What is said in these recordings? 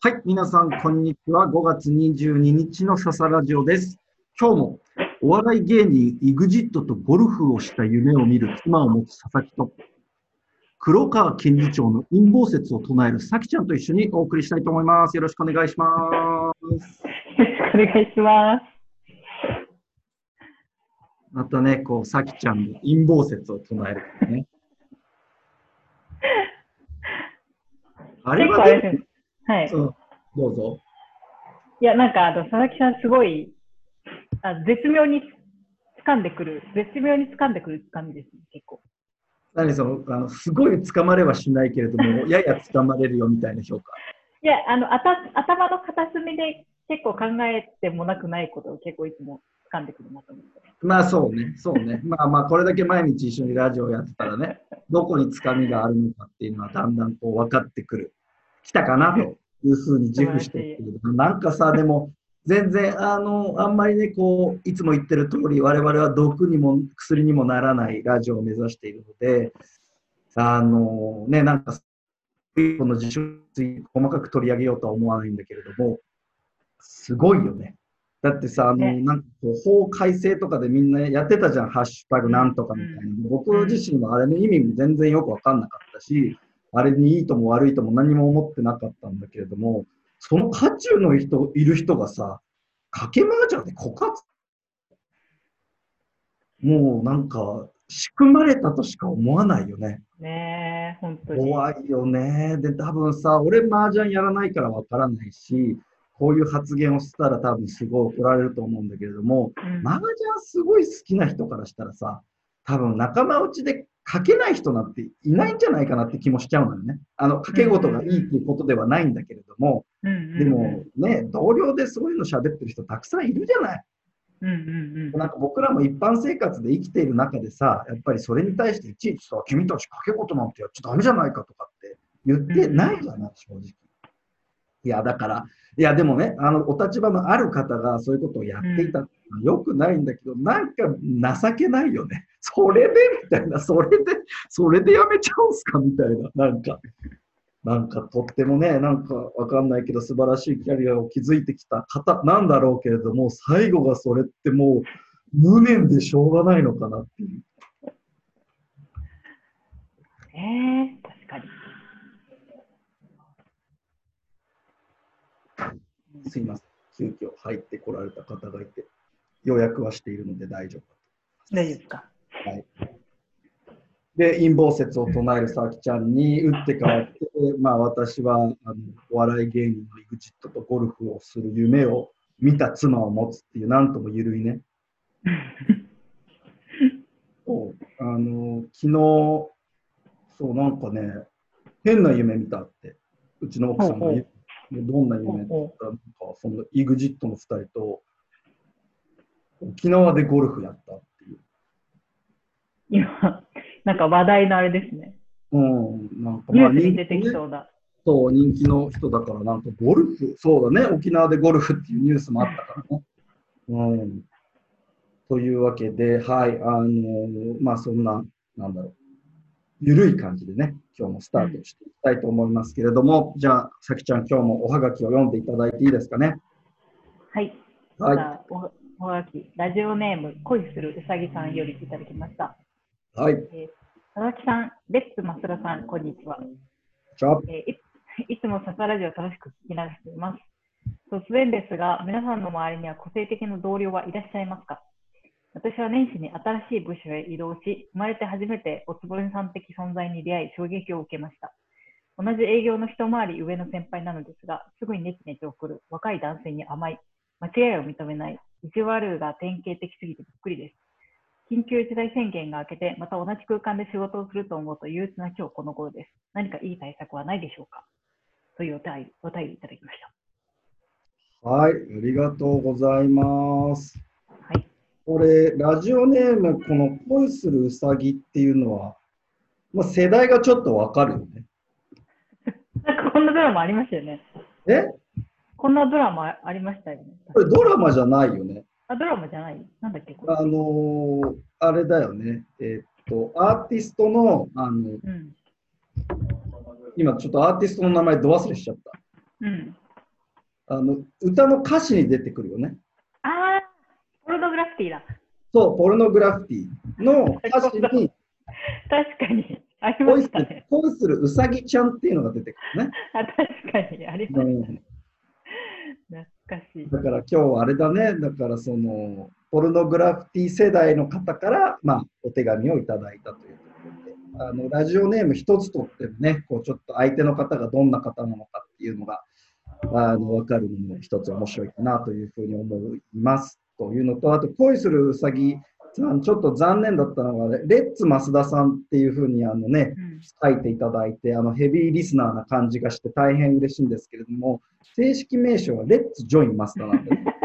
はい、皆さん、こんにちは。5月22日のササラジオです。今日もお笑い芸人 EXIT とゴルフをした夢を見る妻を持つ佐々木と、黒川検事長の陰謀説を唱えるさきちゃんと一緒にお送りしたいと思います。よろしくお願いします。 よろしくお願いします。 またね、さきちゃんの陰謀説を唱えるからね。あれ結構はでも、 あれです。はい。 どうぞ。 いや、佐々木さんすごい、絶妙に絶妙に掴んでくる感じですね、結構。 すごい掴まれはしないけれども、やや掴まれるよみたいな評価。 いや、頭の片隅で結構考えてもなくないことを結構いつも掴んでくるなと思って。 まあそうね、そうね。まあこれだけ毎日一緒にラジオやってたらね、どこにつかみがあるのかっていうのはだんだん分かってくる。来たかなというふうに自負してるけれども、なんかさ、でも全然あんまりね、いつも言ってる通り、我々は毒にも薬にもならないラジオを目指しているので、なんか、この事象について細かく取り上げようとは思わないんだけれども、すごいよね。だってさ、 ね、 なんか法改正とかでみんなやってたじゃん、ハッシュタグなんとかみたいな。僕自身はあれの意味も全然よくわかんなかったし、あれにいいとも悪いとも何も思ってなかったんだけれども、その渦中の人、いる人がさ、賭け麻雀で枯渇、もうなんか、仕組まれたとしか思わないよね。 ねえ、本当に。 怖いよね。で、多分さ、俺麻雀やらないからわからないし、こういう発言をしたら多分すごい怒られると思うんだけれども、麻雀すごい好きな人からしたらさ、多分仲間内で賭けない人なんていないんじゃないかなって気もしちゃうのよね。賭け事がいいっていうことではないんだけれども、でもね、同僚でそういうの喋ってる人たくさんいるじゃない。なんか僕らも一般生活で生きている中でさ、やっぱりそれに対していちいちさ、君たち賭け事なんてやっちゃダメじゃないかとかって言ってないじゃない、正直。いや、だから、いや、でもね、お立場のある方がそういうことをやっていたのはよくないんだけど、なんか情けないよね。それでみたいな、それでやめちゃうんすかみたいな、なんかとってもね、なんかわかんないけど素晴らしいキャリアを築いてきた方なんだろうけれども、最後がそれってもう無念でしょうがないのかなっていう。 確かに。 すいません。急遽入ってこられた方がいて、予約はしているので大丈夫。 大丈夫ですか。 はい。で、陰謀説を唱えるさきちゃんに打って変わって、まあ私はお笑い芸人の EXIT とゴルフをする夢を見た妻を持つっていう、なんともゆるいね。昨日、そう、なんかね、変な夢見たって、うちの奥さんが言う。どんな夢って言ったら、なんかその EXIT の2人と沖縄でゴルフやったっていう。 今、なんか話題のあれですね。 なんかニまあュースに出てきそうだ。 そう、人気の人だから、なんかゴルフ、そうだね、沖縄でゴルフっていうニュースもあったからね。というわけで、はい、まあそんな、なんだろう、ゆるい感じでね、今日もスタートしていきたいと思いますけれども、じゃあ、さきちゃん、今日もおはがきを読んでいただいていいですかね。 はい。 はい。 じゃあ、おはがき、ラジオネーム、恋するうさぎさんよりいただきました。 はい。 佐々木さん、レッツマスラさん、こんにちは。いつもササラジオ楽しく聞き流しています。突然ですが、皆さんの周りには個性的な同僚はいらっしゃいますか？私は年始に新しい部署へ移動し、生まれて初めておつぼねさん的存在に出会い、衝撃を受けました。同じ営業の一回り上の先輩なのですが、すぐにネチネチ送る若い男性に甘い、間違いを認めない、意地悪が典型的すぎてびっくりです。緊急事態宣言が明けて、また同じ空間で仕事をすると思うと憂鬱な今日この頃です。何かいい対策はないでしょうか？というお便りいただきました。 はい、ありがとうございます。 はい。 これ、ラジオネーム、この恋するうさぎっていうのは、まあ、世代がちょっとわかるよね。 なんかこんなドラマありましたよね。こんなドラマありましたよね。 これドラマじゃないよね。 ドラマじゃない？なんだっけこれ。 あれだよね。アーティストの、今ちょっとアーティストの名前ど忘れしちゃった。 歌の歌詞に出てくるよね。 ああ、ポルノグラフィティだ。 そう、ポルノグラフィティの歌詞に、 確かに、ありましたね。 恋するうさぎちゃんっていうのが出てくるね。 あ、確かに、ありましたね。懐かしい。 だから今日はあれだね、だからその、ポルノグラフィティ世代の方から、まあ、お手紙をいただいたということで、ラジオネーム一つとってもね、こうちょっと相手の方がどんな方なのかっていうのが、分かるのも一つ面白いかなというふうに思いますというのと、あと恋するうさぎさん、ちょっと残念だったのが、レッツ増田さんっていうふうに書いていただいて、ヘビーリスナーな感じがして大変嬉しいんですけれども、正式名称はレッツジョイン増田なんで、ね、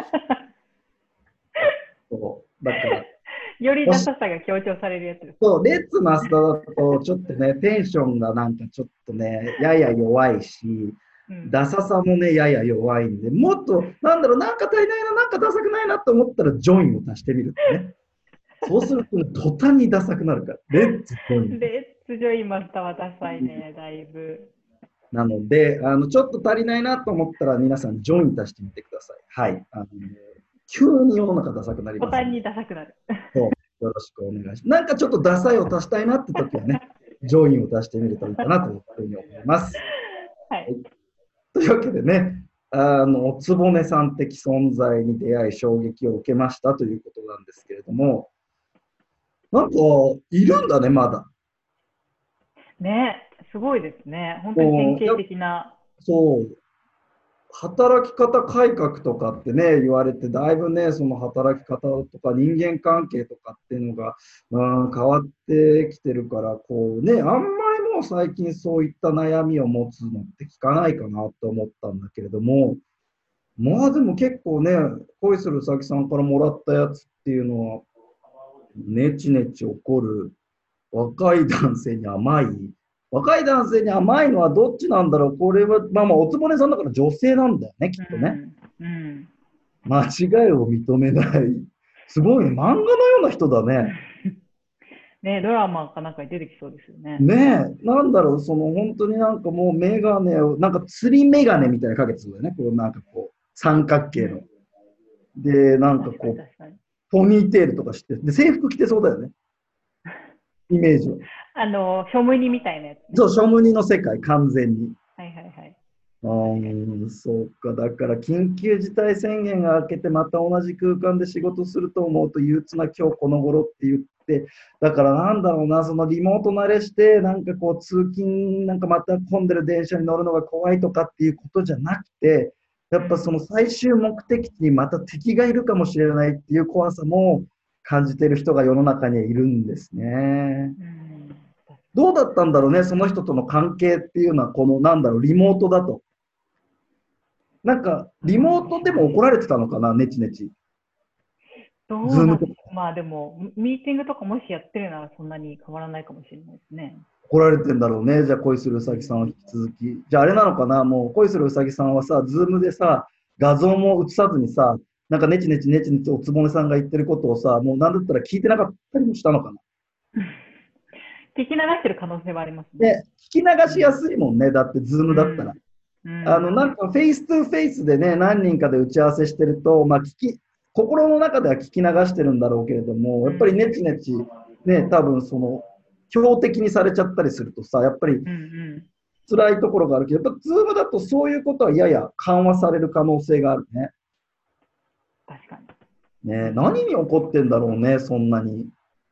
そうだからよりダサさが強調されるやつです。 そう、レッツ増田だとちょっとね、テンションがなんかちょっとね、やや弱いし、ダサさもね、やや弱いんで、もっと、なんだろう、なんか足りないな、なんかダサくないなと思ったら、ジョインを足してみるってね。そうすると、途端にダサくなるから、レッツジョイン。 レッツジョインマスターはダサいね、だいぶ。 なので、ちょっと足りないなと思ったら、皆さん、ジョイン足してみてください。はい。急に世の中ダサくなります、 途端にダサくなる。 そう。よろしくお願いします。なんかちょっとダサいを足したいなって時はね、ジョインを足してみるといいかなというふうに思います。 はい。 というわけでね、おつぼねさん的存在に出会い衝撃を受けましたということなんですけれども、なんかいるんだね、まだ。 ね、すごいですね。本当に典型的な。 そう。働き方改革とかってね、言われて、だいぶね、その働き方とか人間関係とかっていうのが、変わってきてるから、こうね、あんまりもう最近そういった悩みを持つのって聞かないかなと思ったんだけれども、まあでも結構ね、恋するうさぎさんからもらったやつっていうのは、ネチネチ怒る、若い男性に甘い、若い男性に甘いのはどっちなんだろう。これは、まあまあ、おつぼねさんだから女性なんだよね、きっとね。間違いを認めない。すごいね、漫画のような人だね。 ね、ドラマかなんかに出てきそうですよね。 ねえ、なんだろう、その本当になんかもうメガネを、なんか釣りメガネみたいなかけてそうだよね。こうなんかこう、三角形の。で、なんかこう、ポニーテールとかして、で、制服着てそうだよね。イメージは。 ショムニみたいなやつ、ね。 そう、ショムニの世界、完全に。 はいはいはい。 そうか。だから、緊急事態宣言が明けて、また同じ空間で仕事すると思うと、憂鬱な今日この頃って言って、だからなんだろうな、そのリモート慣れして、なんかこう、通勤、なんかまた混んでる電車に乗るのが怖いとかっていうことじゃなくて、やっぱその最終目的地にまた敵がいるかもしれないっていう怖さも感じてる人が世の中にはいるんですね。どうだったんだろうね、その人との関係っていうのは、このなんだろう、リモートだと。なんか、リモートでも怒られてたのかな、ネチネチ。 どうなまあでも、ミーティングとかもしやってるならそんなに変わらないかもしれないですね。 怒られてんだろうね。じゃあ、恋するうさぎさんは引き続き。じゃあ、あれなのかな、もう、恋するうさぎさんはさ、ズームでさ、画像も映さずにさ、なんかネチネチネチネチおつぼねさんが言ってることをさ、もうなんだったら聞いてなかったりもしたのかな。 聞き流してる可能性はありますね。 ね、聞き流しやすいもんね。だって、ズームだったら。なんかフェイス2フェイスでね、何人かで打ち合わせしてると、まあ、心の中では聞き流してるんだろうけれども、やっぱりネチネチ、ね、多分その、標的にされちゃったりするとさ、やっぱり辛いところがあるけど、やっぱズームだとそういうことはやや緩和される可能性があるね。 確かに。ね、何に怒ってんだろうね、そんなに。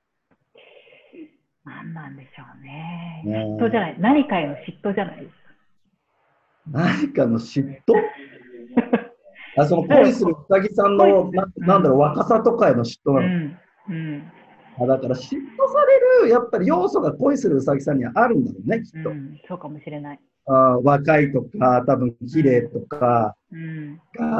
何なんでしょうね。嫉妬じゃない、何かへの嫉妬じゃないですか。 何かの嫉妬その恋するうさぎさんの、なんだろう、若さとかへの嫉妬なの。だから嫉妬される、やっぱり要素が恋するうさぎさんにはあるんだろうね、きっと。 そうかもしれない。 若いとか、多分綺麗とかがあって、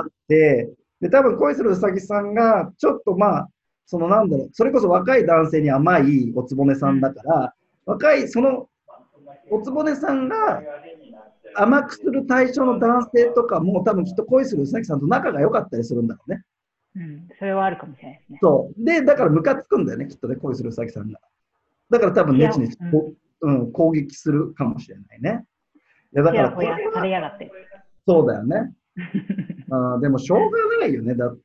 で、多分恋するうさぎさんが、ちょっとまあ、そのなんだろう、それこそ若い男性に甘いおつぼねさんだから、そのおつぼねさんが甘くする対象の男性とかも多分きっと恋するうさぎさんと仲が良かったりするんだろうね。 それはあるかもしれないですね。 そう。で、だからムカつくんだよね、きっとね、恋するうさぎさんが。だから多分ネチネチ攻撃するかもしれないね。いやだからほやほやされやがって。 そうだよね。 でもしょうがないよね。だって、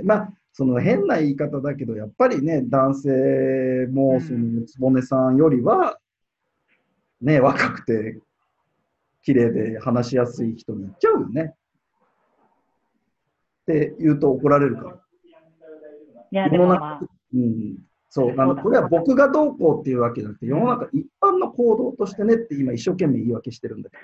まあ、その変な言い方だけど、やっぱりね、男性も、その、つぼねさんよりは、ね、若くて、綺麗で話しやすい人に言っちゃうよね。って言うと怒られるから。 いや、 世の中、 でもまあ、 うん、そう、 そうだこれは僕がどうこうっていうわけじゃなくて、世の中うん一般の行動としてねって今一生懸命言い訳してるんだけど。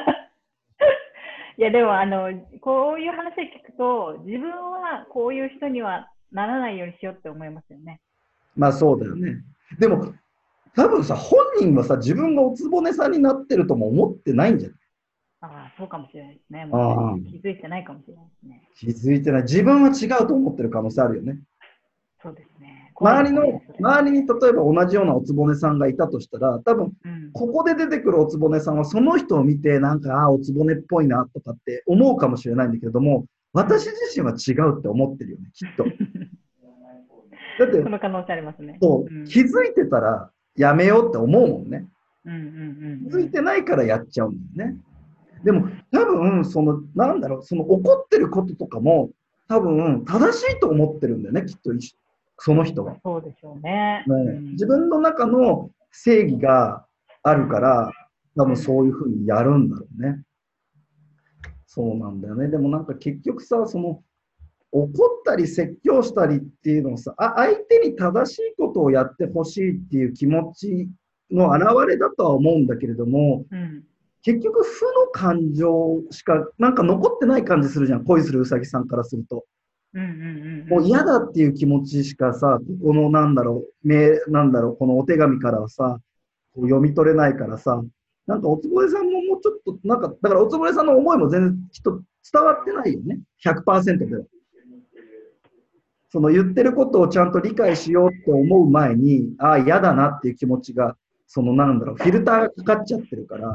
いや、でも、こういう話を聞くと、自分はこういう人にはならないようにしようって思いますよね。 まあそうだよね。でも、多分さ、本人はさ、自分がおつぼねさんになってるとも思ってないんじゃない？ ああ、そうかもしれないですね。もしかしああ、 て気づいてないかもしれないですね。 気づいてない。自分は違うと思ってる可能性あるよね。 そうですね。怖いですね。 周りに例えば同じようなおつぼねさんがいたとしたら、多分、 うん、 ここで出てくるおつぼねさんはその人を見て、なんか、ああ、おつぼねっぽいなとかって思うかもしれないんだけれども、私自身は違うって思ってるよね、きっと。だって、 その可能性ありますね。 そう、気づいてたらやめようって思うもんね。気づいてないからやっちゃうんだよね。でも、多分、なんだろう、その怒ってることとかも、多分、正しいと思ってるんだよね、きっと、その人は。 そうでしょうね。 自分の中の正義があるから、多分そういうふうにやるんだろうね。そうなんだよね。でもなんか結局さ、怒ったり説教したりっていうのをさ、相手に正しいことをやってほしいっていう気持ちの表れだとは思うんだけれども、結局負の感情しかなんか残ってない感じするじゃん、恋するうさぎさんからすると。もう嫌だっていう気持ちしかさ、ここのこのお手紙からはさ、こう読み取れないからさ、なんかおつぼねさんももうちょっと、なんか、だからおつぼねさんの思いも全然きっと伝わってないよね、100%では。その言ってることをちゃんと理解しようって思う前に、ああ、嫌だなっていう気持ちが、フィルターがかかっちゃってるから、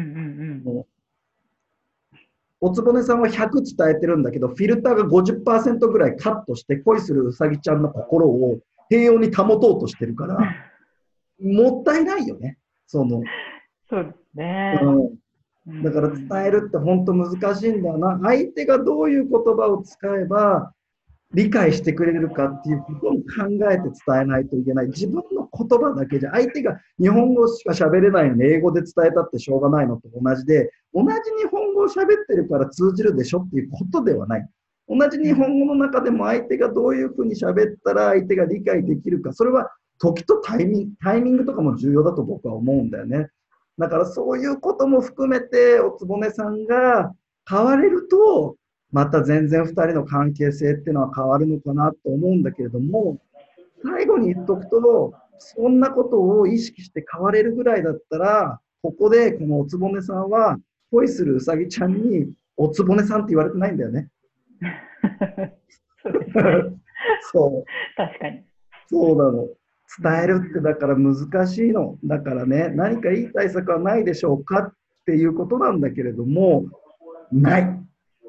おつぼねさんは100伝えてるんだけど、フィルターが50%ぐらいカットして、恋するうさぎちゃんの心を平穏に保とうとしてるから、もったいないよね。 そうですね。 だから伝えるって本当難しいんだよな。相手がどういう言葉を使えば理解してくれるかっていうことを考えて伝えないといけない。自分の言葉だけじゃ、相手が日本語しか喋れないのに英語で伝えたってしょうがないのと同じで、同じ日本語を喋ってるから通じるでしょっていうことではない。同じ日本語の中でも相手がどういうふうに喋ったら相手が理解できるか、それは時とタイミングとかも重要だと僕は思うんだよね。だからそういうことも含めて、おつぼねさんが変われると、また全然2人の関係性っていうのは変わるのかなと思うんだけれども、最後に言っとくと、そんなことを意識して変われるぐらいだったら、ここでこのおつぼねさんは、恋するうさぎちゃんにおつぼねさんって言われてないんだよね。そう。 確かに。 そうなの。伝えるってだから難しいの。だからね、何かいい対策はないでしょうかっていうことなんだけれども、ない。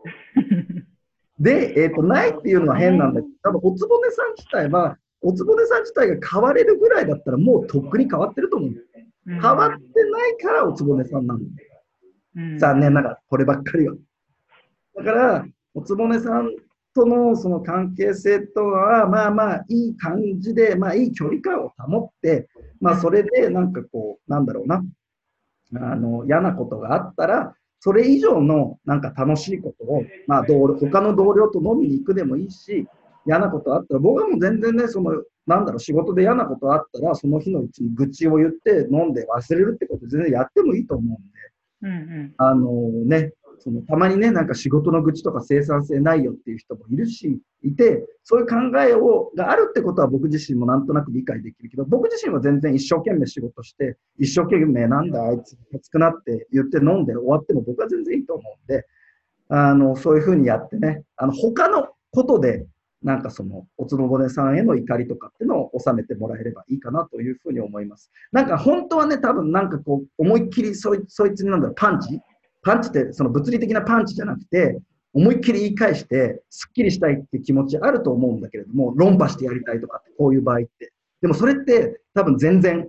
で、ないっていうのは変なんだけど、多分おつぼねさん自体は、おつぼねさん自体が変われるぐらいだったら、もうとっくに変わってると思う。変わってないからおつぼねさんなんだよ。残念ながら、こればっかりは。だから、おつぼねさんとのその関係性とは、まあまあ、いい感じで、まあいい距離感を保って、まあそれで、なんかこう、なんだろうな、嫌なことがあったら、それ以上のなんか楽しいことを、まあ、他の同僚と飲みに行くでもいいし、嫌なことあったら、僕はもう全然ね、仕事で嫌なことあったら、その日のうちに愚痴を言って飲んで忘れるってこと全然やってもいいと思うんで、たまにね、なんか仕事の愚痴とか生産性ないよっていう人もいて、そういう考えがあるってことは僕自身もなんとなく理解できるけど、僕自身は全然一生懸命仕事して、一生懸命なんだあいつ熱くなって言って飲んで終わっても僕は全然いいと思うんで、そういうふうにやってね、他のことで、なんかおつぼねさんへの怒りとかっていうのを収めてもらえればいいかなというふうに思います。なんか本当はね、多分なんかこう、思いっきりそいつにパンチってその物理的なパンチじゃなくて、思いっきり言い返して、すっきりしたいっていう気持ちあると思うんだけれども、論破してやりたいとかって、こういう場合って。でもそれって多分全然、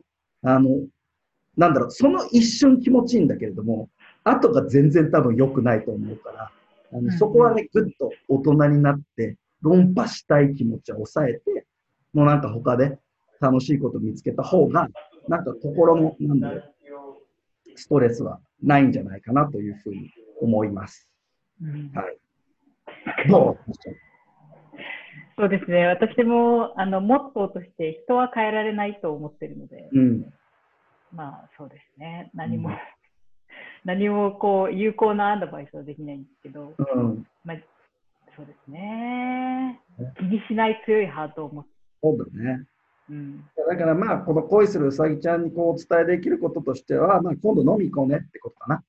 その一瞬気持ちいいんだけれども、後が全然多分良くないと思うから、 そこはね、ぐっと大人になって、論破したい気持ちを抑えて、もうなんか他で楽しいこと見つけた方が、なんか心の、なんだろう、ストレスはないんじゃないかなというふうに思います。はい。どう？ そうですね。私もモットーとして人は変えられないと思ってるので、まあそうですね。何もこう有効なアドバイスはできないんですけど、まあ、そうですね。気にしない強いハートを持つ。 そうだね。だからまあ、この恋するうさぎちゃんにこうお伝えできることとしては、まあ、今度飲み行こうねってことかな。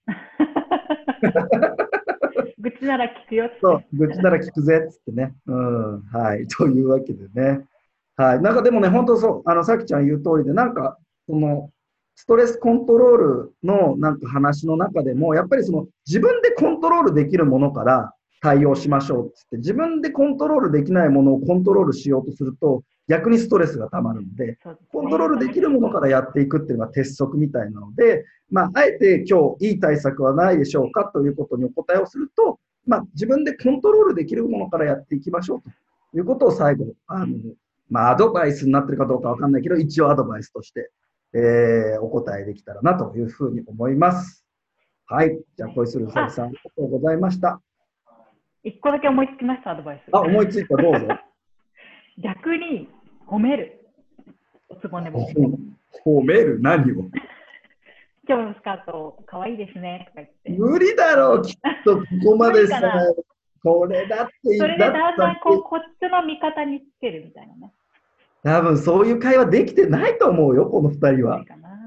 愚痴なら聞くよって。 そう、愚痴なら聞くぜっつってね。はい。というわけでね。はい。なんかでもね、本当そう、さきちゃん言う通りで、なんか、その、ストレスコントロールのなんか話の中でも、やっぱりその自分でコントロールできるものから対応しましょうってって、自分でコントロールできないものをコントロールしようとすると、逆にストレスがたまるので、コントロールできるものからやっていくっていうのが鉄則みたいなので、まあ、あえて今日いい対策はないでしょうかということにお答えをすると、まあ、自分でコントロールできるものからやっていきましょうということを最後、まあ、アドバイスになってるかどうかわかんないけど、一応アドバイスとして、お答えできたらなというふうに思います。はい。じゃあ、恋するうさぎさん、ありがとうございました。 一個だけ思いつきました、アドバイス。 思いついた、どうぞ。 逆に、褒める。おつぼねも。 褒める何を？ 今日のスカート、かわいいですね、とか言って。 無理だろう、きっと、ここまでさ、これだって言った。それでだんだんこっちの味方につけるみたいなね。 多分そういう会話できてないと思うよ、この2人は。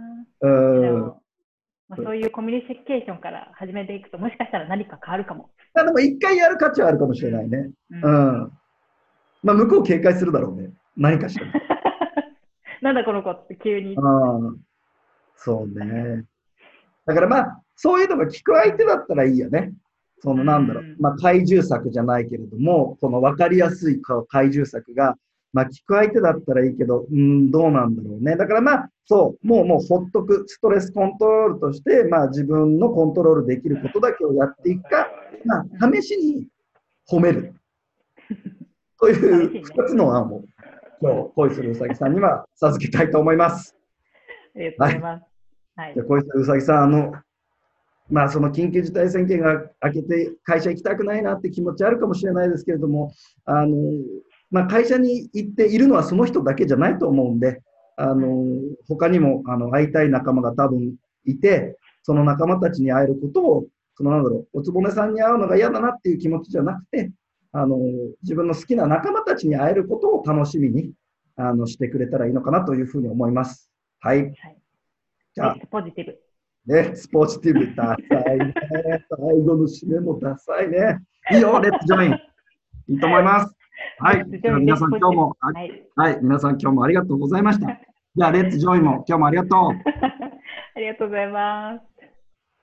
そういうコミュニケーションから始めていくと、もしかしたら何か変わるかも。 でも一回やる価値はあるかもしれないね。まあ、向こう警戒するだろうね。何かしら。 なんだこの子って急に。 そうね。だからまあ、そういうのが聞く相手だったらいいよね。そのなんだろう。まあ、懐柔策じゃないけれども、この分かりやすい懐柔策が、まあ、聞く相手だったらいいけど、どうなんだろうね。だからまあ、そう、もうほっとく、ストレスコントロールとして、まあ、自分のコントロールできることだけをやっていくか、まあ、試しに褒める。という2つの案を、今日、恋するうさぎさんには授けたいと思います。 ありがとうございます。 はい。じゃあ、恋するうさぎさん、まあ、その緊急事態宣言が明けて会社行きたくないなって気持ちあるかもしれないですけれども、まあ、会社に行っているのはその人だけじゃないと思うんで、他にも会いたい仲間が多分いて、その仲間たちに会えることを、なんだろう、おつぼねさんに会うのが嫌だなっていう気持ちじゃなくて、自分の好きな仲間たちに会えることを楽しみにしてくれたらいいのかなというふうに思います。はい。 じゃあ、ポジティブ。 レッツポジティブ、ダサいね。最後の締めもダサいね。いいよ、レッツジョイン。いいと思います。はい。じゃあ皆さん今日も、はい、皆さん今日もありがとうございました。じゃあ、レッツジョインも今日もありがとう。 ありがとうございます。